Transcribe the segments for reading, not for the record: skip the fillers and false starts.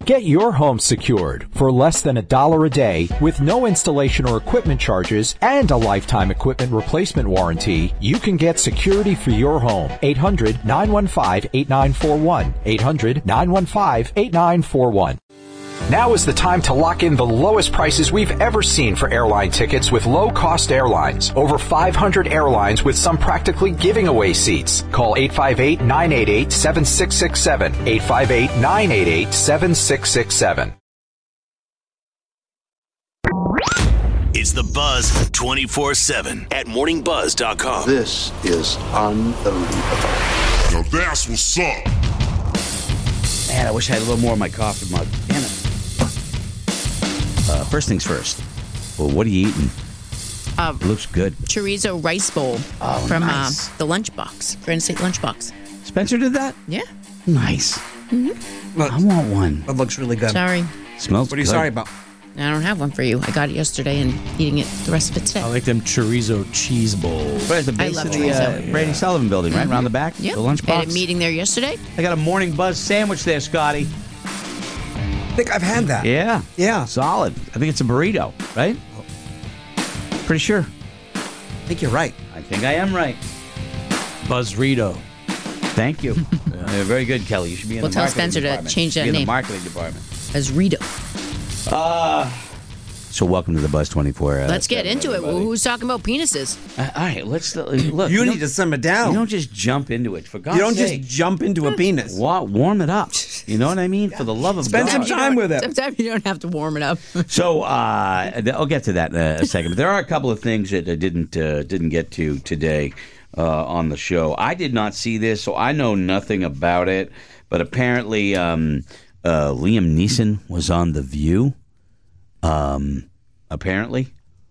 Get your home secured for less than $1 a day with no installation or equipment charges and a lifetime equipment replacement warranty. You can get security for your home. 800-915-8941. 800-915-8941. Now is the time to lock in the lowest prices we've ever seen for airline tickets with low-cost airlines. Over 500 airlines with some practically giving away seats. Call 858-988-7667. 858-988-7667. It's The Buzz 24/7 at morningbuzz.com. This is unbelievable. Now that's what's up. Man, I wish I had a little more of my coffee mug. Damn it. First things first. Well, what are you eating? It looks good. Chorizo rice bowl from nice. the lunchbox, Grand State Lunchbox. Spencer did that? Yeah. Nice. Mm-hmm. I want one. That looks really good. Sorry. Smells What are you good. sorry about? I don't have one for you. I got it yesterday and eating it the rest of it today. I like them chorizo cheese bowls. Right at the base love of the chorizo. Brady Sullivan building, right? Around the back? Yep. The lunchbox? Had a meeting there yesterday. I got a Morning Buzz sandwich there, Scotty. I think I've had that. Yeah. Yeah. Solid. I think it's a burrito, right? Pretty sure. I think you're right. I think I am right. Buzzrito. Thank you. Very good, Kelly. You should be in We'll the tell marketing Spencer to department. change that Be in the name. marketing department. As Rito. So welcome to the Buzz 24. Let's get into it. Well, who's talking about penises? All right, let's look. You need don't- to simmer down. You don't just jump into it. For God's You don't sake. just jump into a penis. Warm it up. You know what I mean? For the love of Spend God. some time with it. Sometimes you don't have to warm it up. So I'll get to that in a second. But there are a couple of things that I didn't get to today on the show. I did not see this, so I know nothing about it. But apparently, Liam Neeson was on The View. Apparently,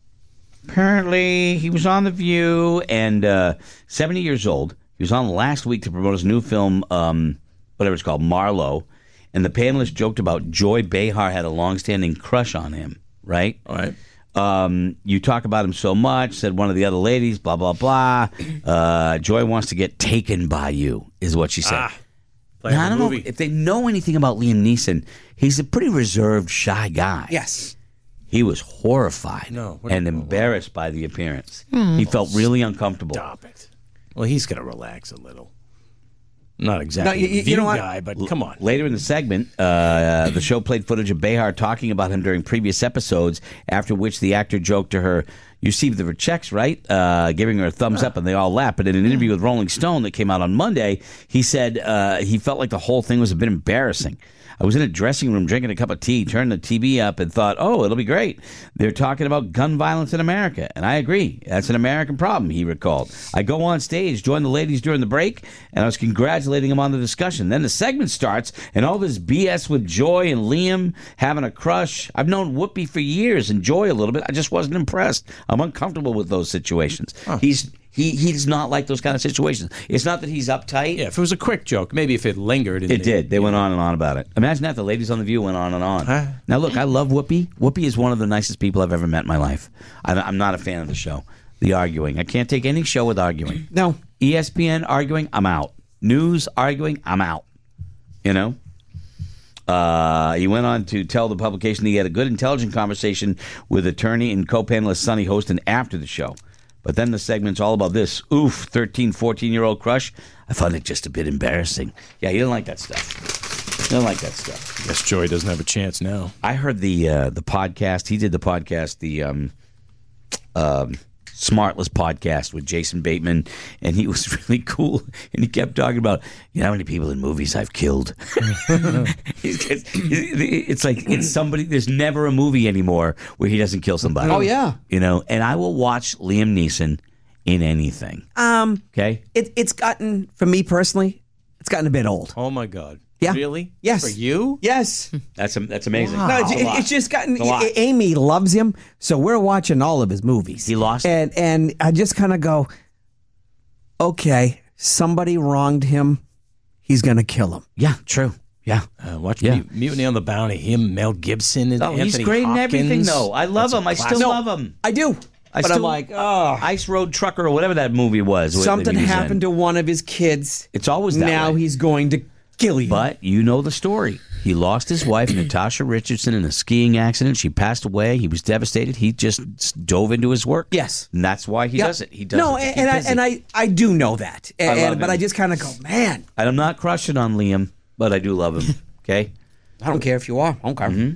he was on The View, and 70 years old. He was on last week to promote his new film, whatever it's called, Marlowe. And the panelists joked about Joy Behar had a long-standing crush on him, right? All right. You talk about him so much, said one of the other ladies, blah, blah, blah. Joy wants to get taken by you, is what she said. Now, I don't know if they know anything about Liam Neeson. He's a pretty reserved, shy guy. Yes. He was horrified and embarrassed by the appearance. He felt really uncomfortable. Stop it. Well, he's got to relax a little. Not exactly a you know what? guy, but come on. Later in the segment, the show played footage of Behar talking about him during previous episodes, after which the actor joked to her, "You received the checks, right?" Giving her a thumbs up, and they all laughed. But in an interview with Rolling Stone that came out on Monday, he said he felt like the whole thing was a bit embarrassing. I was in a dressing room drinking a cup of tea, turned the TV up, and thought, oh, it'll be great. They're talking about gun violence in America. And I agree. That's an American problem, he recalled. I go on stage, join the ladies during the break, and I was congratulating them on the discussion. Then the segment starts, and all this BS with Joy and Liam having a crush. I've known Whoopi for years and Joy a little bit. I just wasn't impressed. I'm uncomfortable with those situations. Huh. He's not like those kind of situations. It's not that he's uptight. Yeah, if it was a quick joke, maybe if it lingered. It did. They went on and on about it. Imagine that. The ladies on The View went on and on. Now, look, I love Whoopi. Whoopi is one of the nicest people I've ever met in my life. I'm not a fan of the show. The arguing. I can't take any show with arguing. No. ESPN arguing, I'm out. News arguing, I'm out. You know? He went on to tell the publication that he had a good, intelligent conversation with attorney and co-panelist Sonny Hostin after the show. But then the segment's all about this. Oof, 13, 14-year-old crush. I found it just a bit embarrassing. Yeah, he didn't like that stuff. He didn't like that stuff. I guess Joy doesn't have a chance now. I heard the podcast. He did the podcast, the Smartless podcast with Jason Bateman, and he was really cool. And he kept talking about, you know how many people in movies I've killed? It's like it's somebody. There's never a movie anymore where he doesn't kill somebody. Oh, yeah. You know, and I will watch Liam Neeson in anything. Okay? It's gotten, for me personally, it's gotten a bit old. Oh, my God. Yeah. Really? Yes. For you? Yes. That's amazing. No, it's just gotten. It's a lot. Amy loves him, so we're watching all of his movies. He lost it. and I just kind of go, okay, somebody wronged him. He's gonna kill him. Yeah, true. Yeah. Watch Yeah. Mutiny on the Bounty. Him, Mel Gibson, and Oh, Anthony he's great Hopkins. in everything, though. I love That's a him. I classic. still love him. I do. But I'm like, oh, Ice Road Trucker or whatever that movie was. something happened to one of his kids. It's always that now way. he's going to kill you. But you know the story. He lost his wife, Natasha Richardson, in a skiing accident. She passed away. He was devastated. He just dove into his work. Yes. And that's why he does it. He does no, it. to keep busy. I do know that. love But him. I just kind of go, man, And I'm not crushing on Liam, but I do love him. Okay? I don't care if you are. I don't care. Mm-hmm.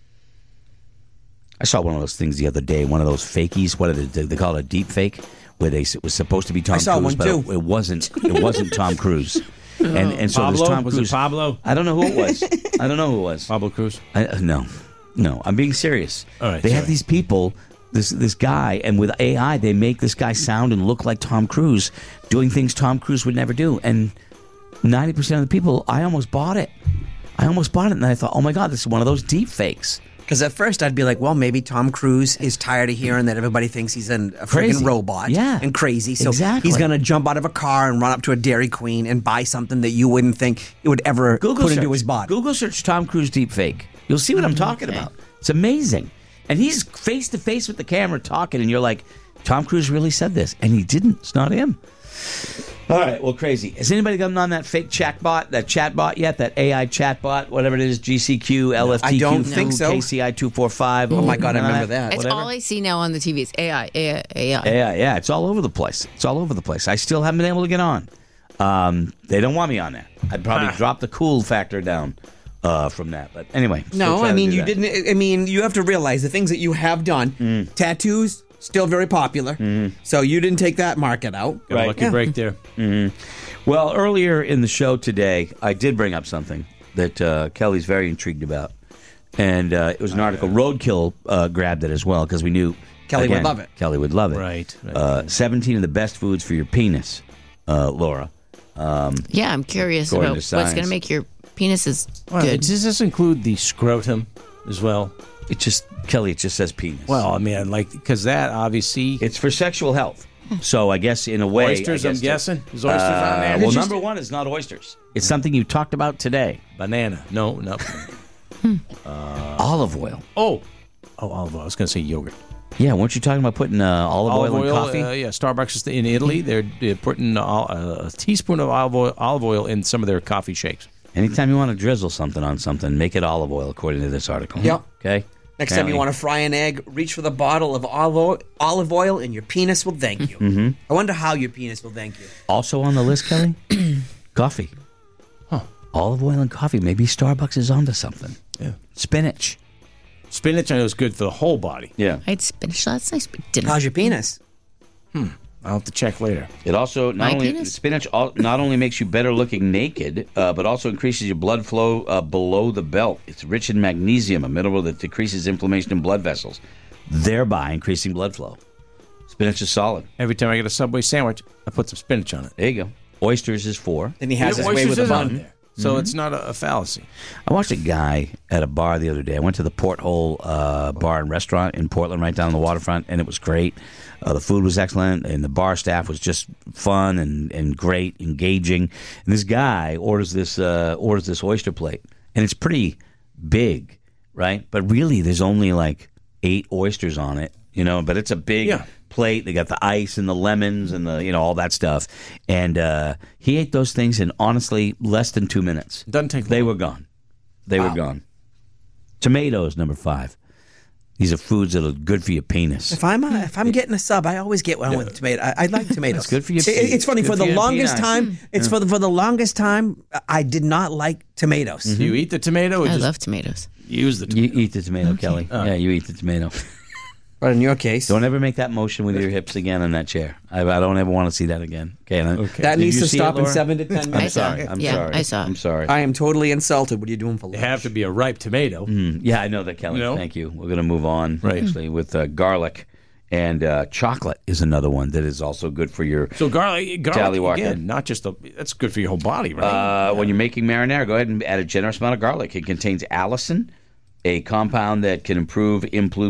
I saw one of those things the other day, one of those fakies. What are they call it? A deep fake? Where it was supposed to be Tom I saw Cruise, one, but too. it wasn't. It wasn't Tom Cruise. And so Pablo? there's Tom Was Cruise. it Pablo? I don't know who it was. I don't know who it was. Pablo Cruz? No, I'm being serious. All right, they have sorry. these people, this guy, and with AI, they make this guy sound and look like Tom Cruise, doing things Tom Cruise would never do. And 90% of the people, I almost bought it. And I thought, oh my God, this is one of those deep fakes. Because at first I'd be like, well, maybe Tom Cruise is tired of hearing that everybody thinks he's a Crazy. freaking robot and crazy. So Exactly. he's going to jump out of a car and run up to a Dairy Queen and buy something that you wouldn't think it would ever put into his body. Google search Tom Cruise deep fake. You'll see what I'm talking about. It's amazing. And he's face to face with the camera talking, and you're like, Tom Cruise really said this. And he didn't. It's not him. All right, well, crazy. Has anybody gotten on that fake chatbot yet? That AI chatbot, whatever it is, GCQ, LFTQ, I don't think so. KCI 245. Oh my God, I remember that. It's all I see now on the TV is AI. Yeah, it's all over the place. I still haven't been able to get on. They don't want me on that. I'd probably drop the cool factor down from that. But anyway. No, I mean, you didn't. I mean, you have to realize the things that you have done. Tattoos, still very popular. So you didn't take that market out. Got a lucky break there. Well, earlier in the show today, I did bring up something that Kelly's very intrigued about. And it was an article. Roadkill grabbed it as well because we knew Kelly would love it. Kelly would love it. Right. 17 of the best foods for your penis, Laura. Yeah, I'm curious According about to what's going science. to make your penises Well, good. does this include the scrotum as well? It just says penis. Well, I mean, because that obviously... It's for sexual health. So I guess in a way... Oysters, I'm guessing? Is oysters on there? Well, number one is not oysters. It's something you talked about today. Banana. No. Olive oil. Oh, olive oil. I was going to say yogurt. Yeah, weren't you talking about putting olive oil in coffee? Yeah, Starbucks in Italy, they're putting a teaspoon of olive oil in some of their coffee shakes. Anytime you want to drizzle something on something, make it olive oil, according to this article. Yep. Okay? Next time you want to fry an egg, reach for the bottle of olive oil, and your penis will thank you. I wonder how your penis will thank you. Also on the list, Kelly, coffee. Huh. Olive oil and coffee. Maybe Starbucks is onto something. Yeah. Spinach. Spinach, I know, is good for the whole body. Yeah. I had spinach last night. Didn't. How's your penis? I'll have to check later. It also spinach not only makes you better looking naked, but also increases your blood flow below the belt. It's rich in magnesium, a mineral that decreases inflammation in blood vessels, thereby increasing blood flow. Spinach is solid. Every time I get a Subway sandwich, I put some spinach on it. There you go. Oysters is 4. Then he has his way with the bun. So it's not a fallacy. I watched a guy at a bar the other day. I went to the Porthole Bar and Restaurant in Portland, right down on the waterfront, and it was great. The food was excellent, and the bar staff was just fun and great, engaging. And this guy orders this oyster plate, and it's pretty big, right? But really, there's only like 8 oysters on it, But it's a big plate. They got the ice and the lemons and the all that stuff. And he ate those things in honestly less than 2 minutes. Doesn't take long. They were gone. They were gone. Tomatoes, number 5. These are foods that are good for your penis. If I'm getting a sub, I always get one with tomato. I like tomatoes. It's good for your It's funny, good for for the your longest penis. time, it's for the longest time, I did not like tomatoes. Do you eat the tomato? Or I just love tomatoes. use the tomato? You eat the tomato, Kelly. Yeah, you eat the tomato. But in your case, Don't ever make that motion with your hips again in that chair. I don't ever want to see that again. Okay. that Did needs you to see stop it, in Laura? 7 to 10 I'm minutes. sorry. I'm Yeah, sorry. I saw it. I'm sorry. I am totally insulted. What are you doing for lunch? They have to be a ripe tomato. Yeah, I know that, Kelly. Thank you. We're going to move on, actually, with garlic. And chocolate is another one that is also good for your... So garlic Tallywhacker. again, not just that's good for your whole body, right? When you're making marinara, go ahead and add a generous amount of garlic. It contains allicin, a compound that can improve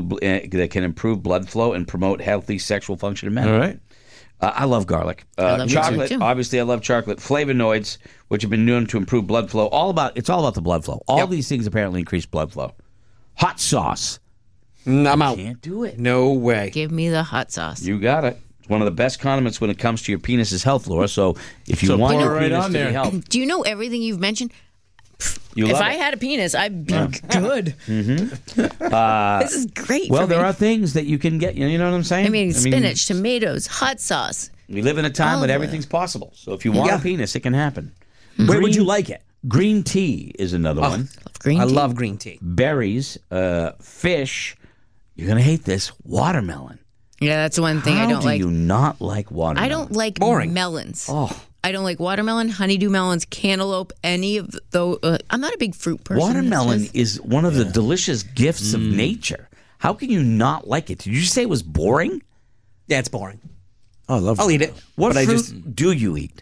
blood flow and promote healthy sexual function in men. All right. I love garlic. I love chocolate, it too. obviously, I love chocolate. Flavonoids, which have been known to improve blood flow. It's all about the blood flow. All these things apparently increase blood flow. Hot sauce. I'm out. Can't do it. No way. Give me the hot sauce. You got it. It's one of the best condiments when it comes to your penis's health, Laura. So if you want pour your it right penis on to there. be healthy. Do you know everything you've mentioned? You If love I it. had a penis, I'd be good. This is great Well, for me. there are things that you can get. You know what I'm saying? I mean, spinach, tomatoes, hot sauce. We live in a time when olive oil. everything's possible. So if you want Yeah. a penis, it can happen. Where would you like it? Green tea is another one. Love green I tea. love green tea. Berries, fish. You're gonna hate this. Watermelon. Yeah, that's one thing How I don't do like. you not like watermelon? I don't like Boring. melons. Oh. I don't like watermelon, honeydew melons, cantaloupe, any of those. I'm not a big fruit person. Watermelon It's just- is one of the delicious gifts of nature. How can you not like it? Did you say it was boring? Yeah, it's boring. Oh, I love I'll eat it. What but fruit I just do you eat?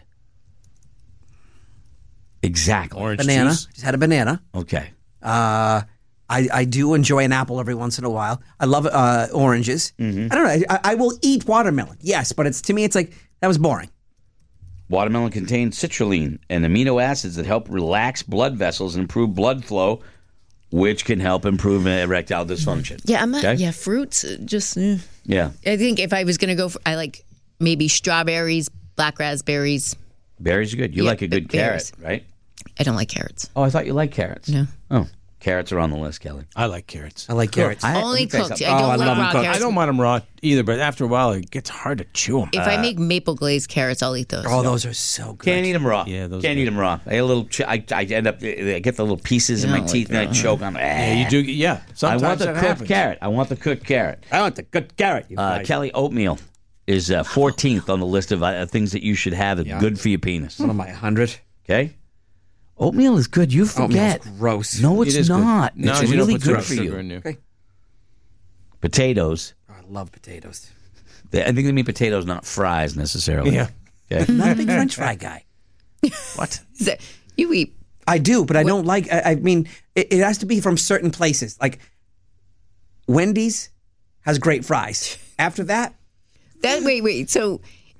Exactly. Orange banana. juice. Just had a banana. Okay. I do enjoy an apple every once in a while. I love oranges. I don't know. I will eat watermelon. Yes, but to me, it's like that was boring. Watermelon contains citrulline and amino acids that help relax blood vessels and improve blood flow, which can help improve erectile dysfunction. Yeah, I'm not. Okay? Yeah, fruits. Just. Yeah. I think if I was gonna go, I like maybe strawberries, black raspberries. Berries are good. You Yeah, like a good berries. carrot, right? I don't like carrots. Oh, I thought you liked carrots. No. Oh, carrots are on the list, Kelly. I like carrots. I like carrots. Only let me tell you cooked. something. I don't I like love 'em raw cooked. carrots. I don't mind them raw either, but after a while, it gets hard to chew them. If I make maple glazed carrots, I'll eat those. Oh, those are so good. Can't eat them raw. Yeah, those Can't are eat them raw. I get a little. I end up. I get the little pieces in my don't teeth like and I choke on. Yeah, you do. Yeah, I sometimes want the that cooked happens. carrot. I want the cooked carrot. I want the good carrot. You guys. Kelly, oatmeal is 14th on the list of things that you should have that's good for your penis. One of my 100. Okay. Oatmeal is good. You forget. Oatmeal's gross. No, it's It is good. not. No, it's you don't really put good too for much you. sugar in there. Okay. Potatoes. Oh, I love potatoes. I think they mean potatoes, not fries necessarily. Yeah. Okay. Not a big French fry guy. What? Is that- you eat. I do, but I don't like. I mean, it has to be from certain places. Like Wendy's has great fries. After that, That wait. So,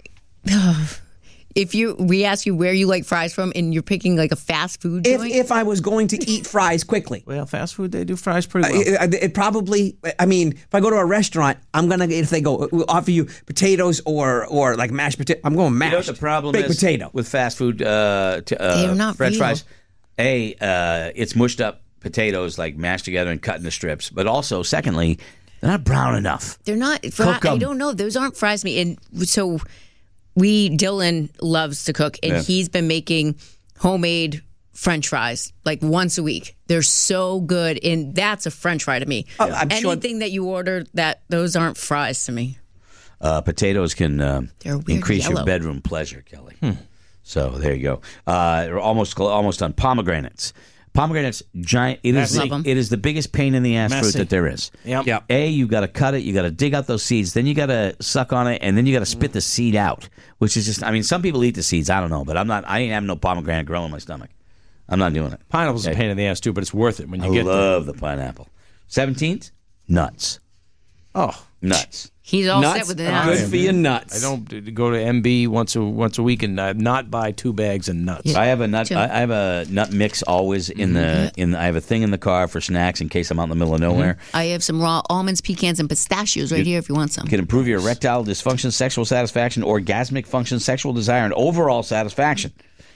if we ask you where you like fries from, and you're picking like a fast food joint, if I was going to eat fries quickly, Well, fast food, they do fries pretty well. it probably. I mean, if I go to a restaurant, I'm gonna. If they go, we'll offer you potatoes or like mashed potato, I'm going mashed. You know what the problem baked is potato. with fast food They're not French real. fries? It's mushed up potatoes like mashed together and cut into strips. But also, secondly, they're not brown enough. they're not. Cook 'em. I don't know. Those aren't fries to me. And so, Dylan loves to cook, and Yeah. he's been making homemade French fries like once a week. They're so good, and that's a French fry to me. Oh, I'm sure- Anything that you order, those aren't fries to me. Potatoes can They're weird increase your yellow. bedroom pleasure, Kelly. So there you go. We're almost on pomegranates. Pomegranates, giant. It is Love 'em. it is the biggest pain in the ass fruit Messy. that there is. Yep. Yep. You got to cut it. You got to dig out those seeds. Then you got to suck on it, and then you got to spit the seed out. Which is just. I mean, some people eat the seeds. I don't know, but I'm not. I ain't having no pomegranate growing in my stomach. I'm not doing it. Pineapple's a pain in the ass too, but it's worth it when you I get there. love the pineapple. 17th, nuts. Oh, Nuts. He's all nuts set with the are nuts. good for your nuts. I don't go to MB once a week and not buy 2 bags of nuts. I have a nut. Too. I have a nut mix always in the. I have a thing in the car for snacks in case I'm out in the middle of nowhere. I have some raw almonds, pecans, and pistachios right here if you want some. Can improve your erectile dysfunction, sexual satisfaction, orgasmic function, sexual desire, and overall satisfaction.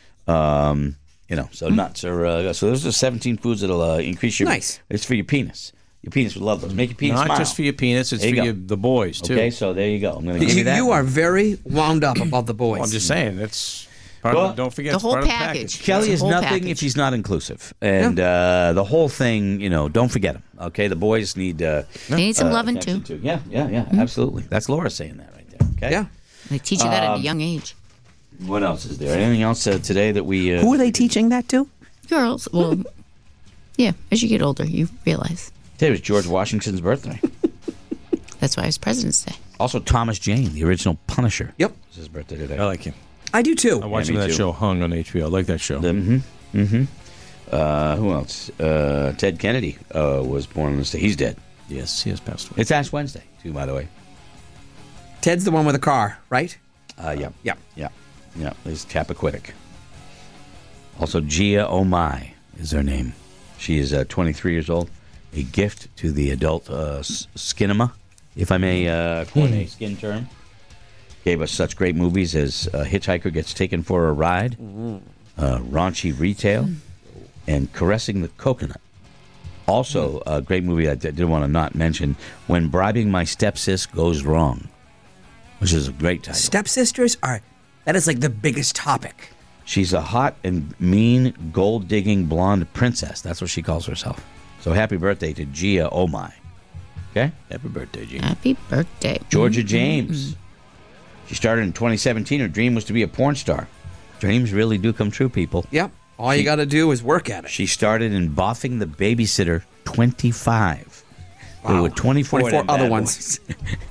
So nuts are. So those are 17 foods that'll increase your. Nice. It's for your penis. Your penis would love those. Make your penis Not smile. just for your penis, it's There for you go. the boys too. Okay, so there you go. I'm going to give you that. You are very wound up about the boys. Well, I'm just saying that's part Well, of, don't forget the it's whole part of package. Kelly It's is a whole nothing package. if he's not inclusive, and the whole thing. Don't forget him. Okay, the boys need. They need some loving attention too. Yeah, absolutely. That's Laura saying that right there. Okay. Yeah. They teach you that at a young age. What else is there? Anything else today that we? Who are they teaching that to? Girls, well, yeah, as you get older, you realize. Today was George Washington's birthday. That's why it's President's Day. Also, Thomas Jane, the original Punisher. Yep. It was his birthday today. I like him. I do too. I watched me him in that too. show Hung on HBO. I like that show. Who else? Ted Kennedy was born on this day. He's dead. Yes, he has passed away. It's Ash Wednesday, too, by the way. Ted's the one with the car, right? Yeah. Yeah. Yeah. There's Chappaquiddick. Also, Gia Omai is her name. She is 23 years old. A gift to the adult skinema, if I may coin a skin term. Gave us such great movies as Hitchhiker Gets Taken for a Ride, Raunchy Retail, and Caressing the Coconut. Also, a great movie I did want to not mention, When Bribing My Stepsis Goes Wrong, which is a great title. Stepsisters that is like the biggest topic. She's a hot and mean, gold-digging blonde princess. That's what she calls herself. So happy birthday to Gia Oh My. Okay? Happy birthday, Gia. Happy birthday. Georgia James. She started in 2017. Her dream was to be a porn star. Dreams really do come true, people. Yep. All you got to do is work at it. She started in Boffing the Babysitter 25. Wow. There were 24 other ones.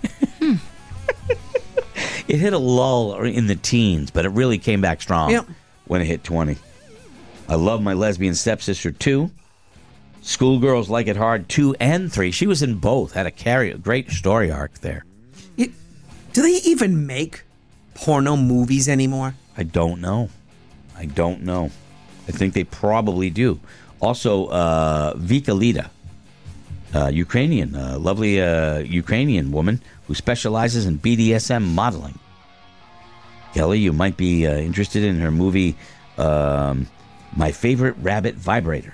It hit a lull in the teens, but it really came back strong when it hit 20. I Love My Lesbian Stepsister 2. Schoolgirls Like It Hard 2 and 3. She was in both. Had a great story arc there. Do they even make porno movies anymore? I don't know. I think they probably do. Also, Vika Lida, Ukrainian, lovely Ukrainian woman who specializes in BDSM modeling. Kelly, you might be interested in her movie, My Favorite Rabbit Vibrator.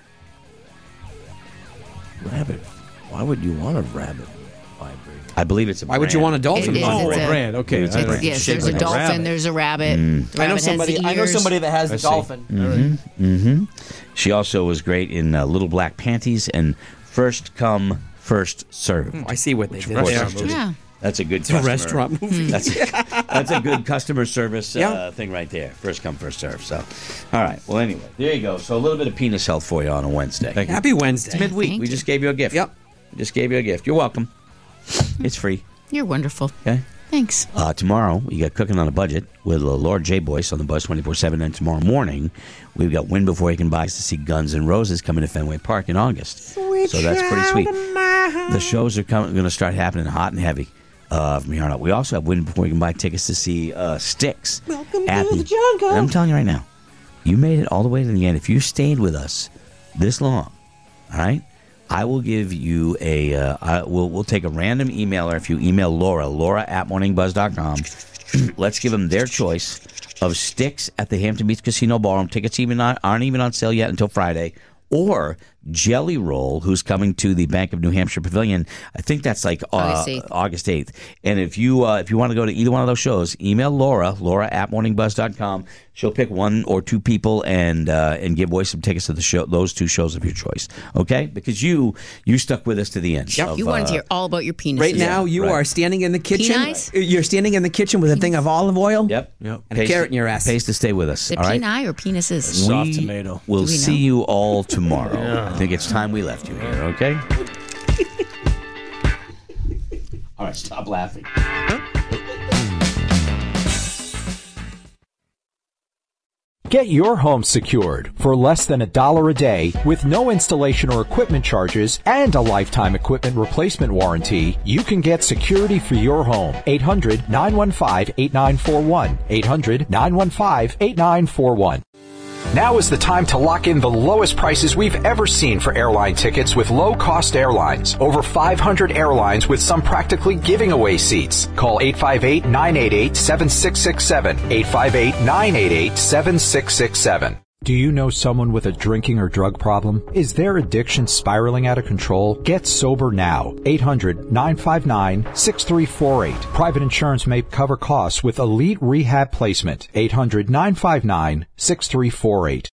Rabbit? Why would you want a rabbit vibrator? I believe it's a brand. Why would you want a dolphin? Oh, a brand. Okay. Yes, there's a dolphin. There's a rabbit. The I know rabbit somebody that has a dolphin. She also was great in Little Black Panties and First Come, First Served. I see what they did there. there. Yeah. That's a good It's a restaurant movie. That's a good customer service thing right there. First come, first serve. So, all right. Well, anyway, there you go. So a little bit of penis health for you on a Wednesday. Happy Wednesday. It's midweek. Thank We you. just gave you a gift. Yep. We just gave you a gift. You're welcome. It's free. You're wonderful. Okay. Thanks. Tomorrow, we got Cooking on a Budget with Lord J. Boyce on the Buzz 24/7. And tomorrow morning, we've got Win Before You Can Buy to see Guns N' Roses coming to Fenway Park in August. So that's pretty sweet. The shows are going to start happening hot and heavy from here on out. We also have Win Before You Can Buy tickets to see Styx. Welcome to the jungle. And I'm telling you right now, you made it all the way to the end. If you stayed with us this long, all right, I will give you we'll take a random emailer. If you email Laura at morningbuzz.com, let's give them their choice of Styx at the Hampton Beach Casino Ballroom. Tickets aren't even on sale yet until Friday. Or Jelly Roll, who's coming to the Bank of New Hampshire Pavilion. I think that's like August 8th. And if you want to go to either one of those shows, email Laura at morningbuzz.com. She'll pick one or two people and give away some tickets to the show, those two shows of your choice. Okay? Because you stuck with us to the end. Yep. You wanted to hear all about your penis. Right now, you are standing in the kitchen. Peni? You're standing in the kitchen with a thing of olive oil. Yep. And a carrot in your ass. Pays to stay with us. Is it all right? peni or penises? Soft tomato. We'll Do we see know? you all tomorrow. I think it's time we left you here, okay? All right, stop laughing. Get your home secured for less than $1 a day with no installation or equipment charges and a lifetime equipment replacement warranty. You can get security for your home. 800-915-8941. 800-915-8941. Now is the time to lock in the lowest prices we've ever seen for airline tickets with low-cost airlines. Over 500 airlines with some practically giving away seats. Call 858-988-7667. 858-988-7667. Do you know someone with a drinking or drug problem? Is their addiction spiraling out of control? Get sober now. 800-959-6348. Private insurance may cover costs with Elite Rehab Placement. 800-959-6348.